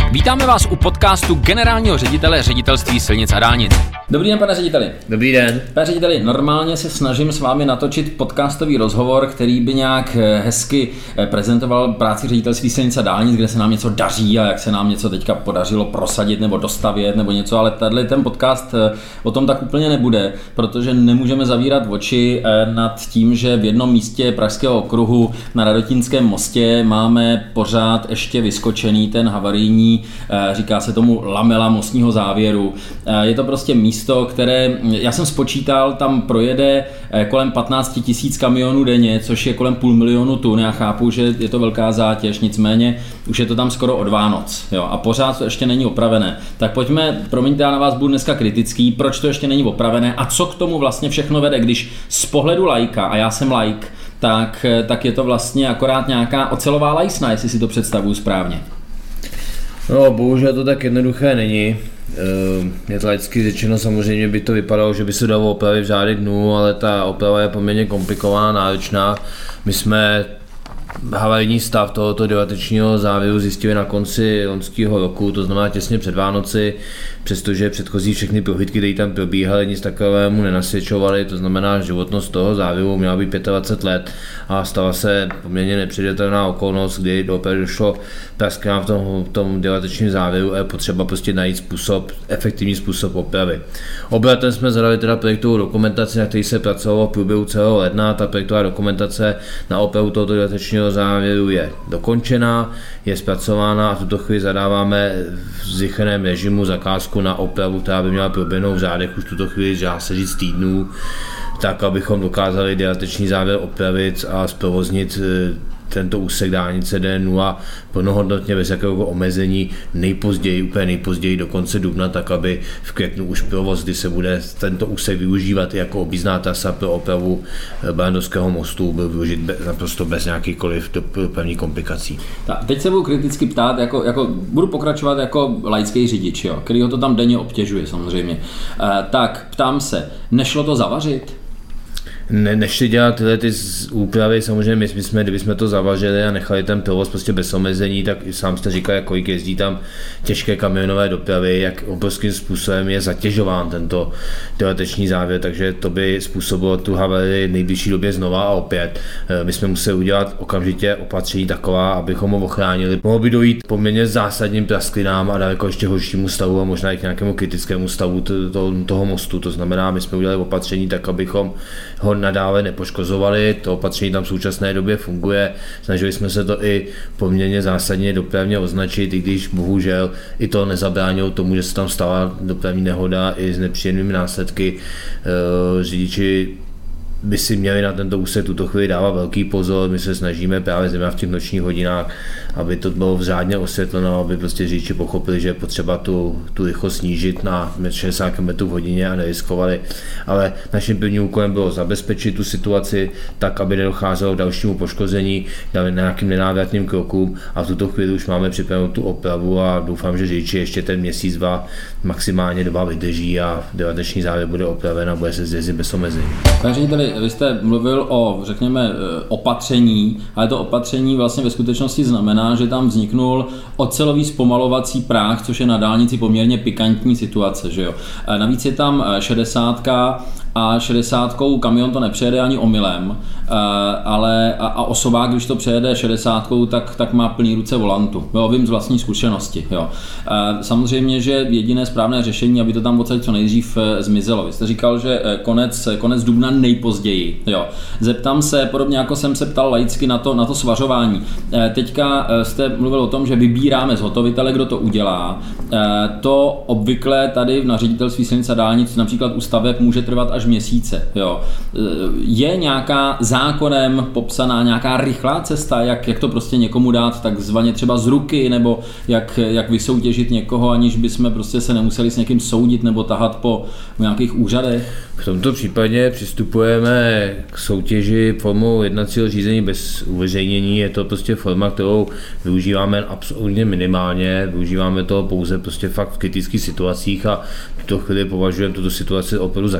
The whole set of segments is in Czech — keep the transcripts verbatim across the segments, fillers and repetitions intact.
Vítáme vás u podcastu generálního ředitele Ředitelství silnic a dálnic. Dobrý den, pane řediteli. Dobrý den. Pane řediteli, normálně se snažím s vámi natočit podcastový rozhovor, který by nějak hezky prezentoval práci Ředitelství silnic a dálnic, kde se nám něco daří a jak se nám něco teďka podařilo prosadit nebo dostavět nebo něco, ale tady ten podcast o tom tak úplně nebude, protože nemůžeme zavírat oči nad tím, že v jednom místě Pražského okruhu na Radotínském mostě máme pořád ještě vyskočený ten havarijní, říká se tomu lamela mostního závěru. Je to prostě místo, které, já jsem spočítal, tam projede kolem patnáct tisíc kamionů denně, což je kolem půl milionu tun. Já chápu, že je to velká zátěž, nicméně už je to tam skoro od Vánoc, jo, a pořád to ještě není opravené. Tak pojďme, promiňte, já na vás budu dneska kritický, proč to ještě není opravené a co k tomu vlastně všechno vede, když z pohledu laika, a já jsem laik, tak, tak je to vlastně akorát nějaká ocelová lajsna, jestli si to představuju správně. No, bohužel to tak jednoduché není. Je to laicky řečeno, samozřejmě by to vypadalo, že by se dalo opravit v řádech dnů, ale ta oprava je poměrně komplikovaná, náročná. My jsme havarijní stav tohoto devátečního závěru zjistili na konci loňského roku, to znamená těsně před Vánoci, přestože předchozí všechny prohlídky, které tam probíhaly, nic takovému nenasvědčovaly, to znamená, že životnost toho závěru měla být dvacet pět let a stala se poměrně nepředvídatelná okolnost, kdy opravdu došlo praskám v tom, v tom devátečním závěru a je potřeba prostě najít způsob, efektivní způsob opravy. Obratem jsme zadali teda projektovou dokumentaci, na který se pracovalo v průběhu celého ledna. Ta projektová dokumentace na opravu tohoto devátečního závěru je dokončená, je zpracována a v tuto chvíli zadáváme v zrychleném režimu zakázku na opravu, která by měla proběhnout v řádech už v tuto chvíli, dá se říct, týdnů, tak abychom dokázali deváteční závěr opravit a zprovoznit tento úsek dálnice D nula plnohodnotně bez jakéhokoliv omezení nejpozději, úplně nejpozději do konce dubna, tak aby v květnu už provoz, kdy se bude tento úsek využívat jako objízdná trasa pro opravu Barrandovského mostu, byl využit bez, naprosto bez nějakýchkoliv dopravních komplikací. Tak, teď se budu kriticky ptát, jako, jako, budu pokračovat jako laický řidič, jo, který ho to tam denně obtěžuje samozřejmě. E, tak ptám se, nešlo to zavařit? Ne, nešli dělat tyhle ty úpravy, samozřejmě my, my jsme, kdybychom to zavařili a nechali ten provoz prostě bez omezení, tak sám jste říkal, jak kolik jezdí tam těžké kamionové dopravy, jak obrovským způsobem je zatěžován tento deváteční závěr, takže to by způsobilo tu havarii v nejbližší době znova a opět. My jsme museli udělat okamžitě opatření taková, abychom ho ochránili. Mohlo by dojít poměrně zásadním prasklinám a daleko ještě horšímu stavu a možná i k nějakému kritickému stavu to, to, toho mostu. To znamená, my jsme udělali opatření tak, abychom ho nadále nepoškozovali, to opatření tam v současné době funguje, snažili jsme se to i poměrně zásadně dopravně označit, i když bohužel i to nezabránilo tomu, že se tam stala dopravní nehoda i s nepříjemnými následky. Řidiči by si měli na tento úsek tuto chvíli dávat velký pozor, my se snažíme právě zejména v těch nočních hodinách, aby to bylo řádně osvětleno, aby prostě řidiči pochopili, že je potřeba tu, tu rychlost snížit na šedesát kilometrů v hodině a neriskovali. Ale naším prvním úkolem bylo zabezpečit tu situaci tak, aby nedocházelo k dalšímu poškození, k nějakým nenávratným krokům a v tuto chvíli už máme připravenou tu opravu a doufám, že řidiči ještě ten měsíc, dva, maximálně dva vydrží a deváteční závěr bude opraven a bude se jezdit bez omezení. Vy jste mluvil o, řekněme, opatření, ale to opatření vlastně ve skutečnosti znamená, že tam vzniknul ocelový zpomalovací práh, což je na dálnici poměrně pikantní situace, že jo. Navíc je tam šedesátka a šedesátkou kamion to nepřejede ani omylem, ale a, a osobák, když to přejede šedesátkou, tak, tak má plný ruce volantu. Jo, vím z vlastní zkušenosti. Jo. Samozřejmě, že jediné správné řešení, aby to tam odsaď co nejdřív zmizelo. Vy jste říkal, že konec, konec dubna nejpozději. Jo. Zeptám se, podobně jako jsem se ptal laicky na to, na to svařování. Teďka jste mluvil o tom, že vybíráme zhotovitele, kdo to udělá. To obvykle tady na Ředitelství silnic a dálnic, například u staveb, může trvat až měsíce. Jo. Je nějaká zákonem popsaná nějaká rychlá cesta, jak, jak to prostě někomu dát takzvaně třeba z ruky, nebo jak, jak vysoutěžit někoho, aniž bychom prostě se nemuseli s někým soudit nebo tahat po nějakých úřadech? V tomto případě přistupujeme k soutěži formou jednacího řízení bez uveřejnění. Je to prostě forma, kterou využíváme absolutně minimálně, využíváme to pouze prostě fakt v kritických situacích a v tuto chvíli považujeme tuto situaci opravdu za kritickou.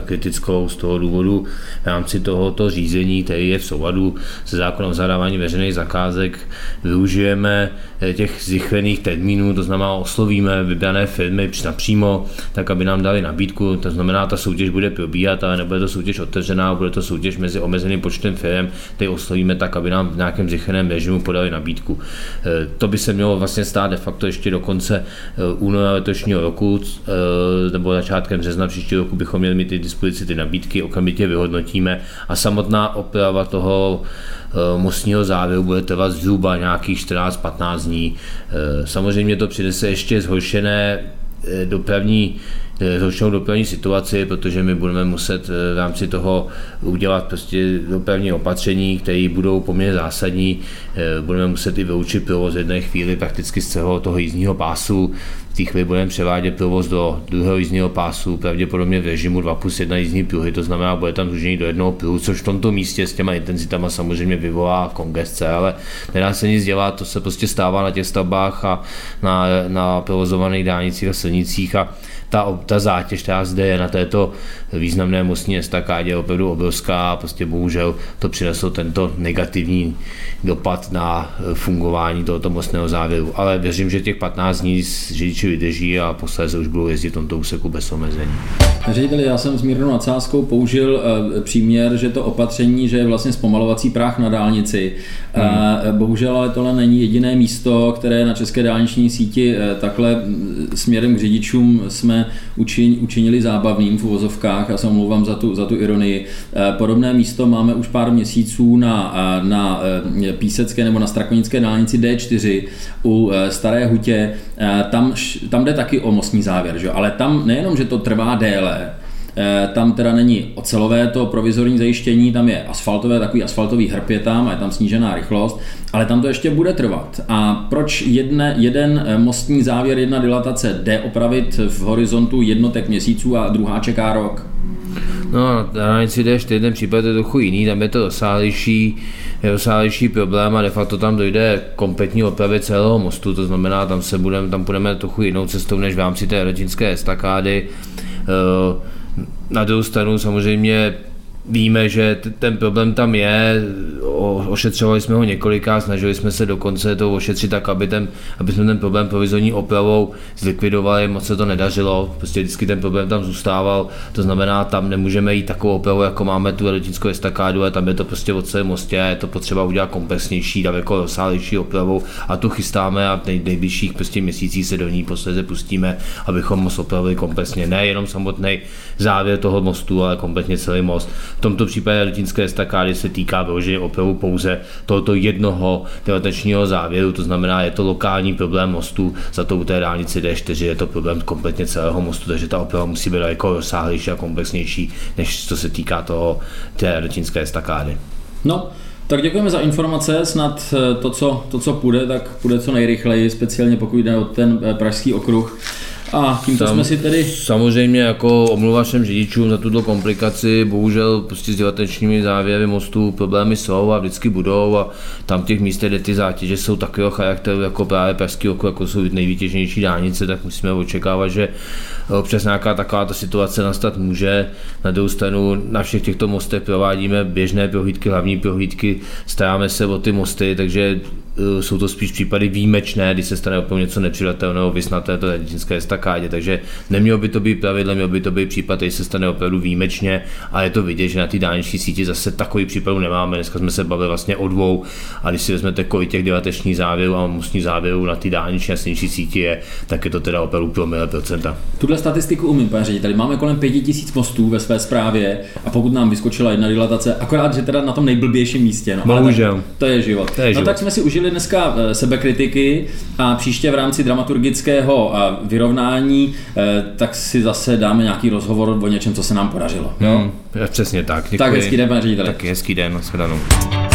Českou. Z toho důvodu v rámci tohoto řízení, který je v souladu se zákonem o zadávání veřejných zakázek, využijeme těch zrychlených termínů, to znamená oslovíme vybrané firmy napřímo, tak aby nám dali nabídku, to znamená, ta soutěž bude probíhat, ale nebude to soutěž otevřená, bude to soutěž mezi omezeným počtem firm, který oslovíme tak, aby nám v nějakém zrychleném režimu podali nabídku. To by se mělo vlastně stát de facto ještě do konce února letošního roku, nebo začátkem března příštího roku bychom měli mít ty dispozici ty nabídky, okamžitě vyhodnotíme a samotná oprava toho mostního závěru bude trvat zhruba nějakých čtrnáct patnáct dní. Samozřejmě to přinese ještě zhoršené dopravní zhoršenou dopravní situaci, protože my budeme muset v rámci toho udělat prostě dopravní opatření, které budou poměrně zásadní. Budeme muset i vyloučit provoz v jedné chvíli prakticky z celého toho jízdního pásu. V té chvíli budeme převádět provoz do druhého jízdního pásu, pravděpodobně v režimu dva plus jedna jízdní pruhy, to znamená, bude tam zúžení do jednoho pruhu, což v tomto místě s těma intenzitama samozřejmě vyvolá kongesce, ale nedá se nic dělat, to se prostě stává na těch stavbách a na, na provozovaných dálnicích a silnicích a ta, ta zátěž, která zde je na této významné mostní estakádě, je opravdu obrovská a prostě bohužel to přineslo tento negativní dopad na fungování tohoto mostného závěru. Ale věřím, že těch patnáct dní řidiči vydrží a posléze už budou jezdit v tomto úseku bez omezení. Řediteli, já jsem s mírnou nadsázkou použil e, příměr, že to opatření, že je vlastně zpomalovací práh na dálnici. Hmm. E, bohužel ale tohle není jediné místo, které na české dálniční síti e, takhle směrem k řidičům jsme učin, učinili zábavným v uvozovkách, já se omlouvám za tu, za tu ironii. E, podobné místo máme už pár měsíců na, na e, Písecké nebo na Strakonické dálnici D čtyři u e, Staré Hutě. E, tam, tam jde taky o mostní závěr, že? Ale tam nejenom, že to trvá déle, tam teda není ocelové to provizorní zajištění, tam je asfaltové, takový asfaltový hrb je tam a je tam snížená rychlost, ale tam to ještě bude trvat. A proč jedne, jeden mostní závěr, jedna dilatace jde opravit v horizontu jednotek měsíců a druhá čeká rok? No, na dálnici D čtyři ten případ je trochu jiný, tam je to rozsáhlejší, rozsáhlejší problém a de facto tam dojde kompletní opravě celého mostu, to znamená, tam se budeme, tam půjdeme trochu jinou cestou než v rámci té rodinské estakády. Na druhou stranu samozřejmě víme, že ten problém tam je, ošetřovali jsme ho několikrát, snažili jsme se dokonce to ošetřit tak, aby, ten, aby jsme ten problém provizorní opravou zlikvidovali, moc se to nedařilo, prostě vždycky ten problém tam zůstával, to znamená, tam nemůžeme jít takovou opravu, jako máme tu veletinskou estakádu, a tam je to prostě od celé mostě, je to potřeba udělat komplexnější, daleko rozsáhlejší opravu a tu chystáme a v nej, nejbližších prostě měsících se do ní posledně pustíme, abychom most opravili komplexně, ne jenom samotný závěr toho mostu, ale kompletně celý most. V tomto případě letinské estakády se týká vyloženě opravu pouze tohoto jednoho dilatačního závěru, to znamená, je to lokální problém mostu, za to u té dálnici D čtyři je to problém kompletně celého mostu, takže ta oprava musí být daleko rozsáhlejší a komplexnější, než co se týká toho té letinské estakády. No, tak děkujeme za informace, snad to co, to, co půjde, tak půjde co nejrychleji, speciálně pokud jde o ten pražský okruh. A tímto Sam, jsme si tedy... Samozřejmě jako omluva všem řidičům za tuto komplikaci, bohužel prostě s dilatačními závěry mostů problémy jsou a vždycky budou a tam v těch místech, kde ty zátěže jsou takového charakteru jako právě pražský okruh, jako jsou nejvytěženější dálnice, tak musíme očekávat, že občas nějaká taková ta situace nastat může. Na druhou stranu na všech těchto mostech provádíme běžné prohlídky, hlavní prohlídky, staráme se o ty mosty, takže jsou to spíš případy výjimečné, kdy se stane opravdu něco nepřijatelného, vys na této letinské estakádě, takže nemělo by to být pravidlem, měl by to být případ, který se stane opravdu výjimečně a je to vidět, že na té dálniční síti zase takový případů nemáme. Dneska jsme se bavili vlastně o dvou a když si vezmete, kolik těch dilatečních závěrů a mostních závěrů na té dálniční a silniční síti je, tak je to teda opravdu promile procenta. Tuhle statistiku umím, pane řediteli, máme kolem pět tisíc mostů ve své správě a pokud nám vyskočila jedna dilatace, akorát, že teda na tom nejblbějším místě. No, Bohužel. To je život. To je život. No tak jsme si užili dneska sebekritiky a příště v rámci dramaturgického vyrovnání tak si zase dáme nějaký rozhovor o něčem, co se nám podařilo. Hmm, přesně tak. Děkuji. Tak hezký den, pane řediteli. Tak hezký den, nashledanou.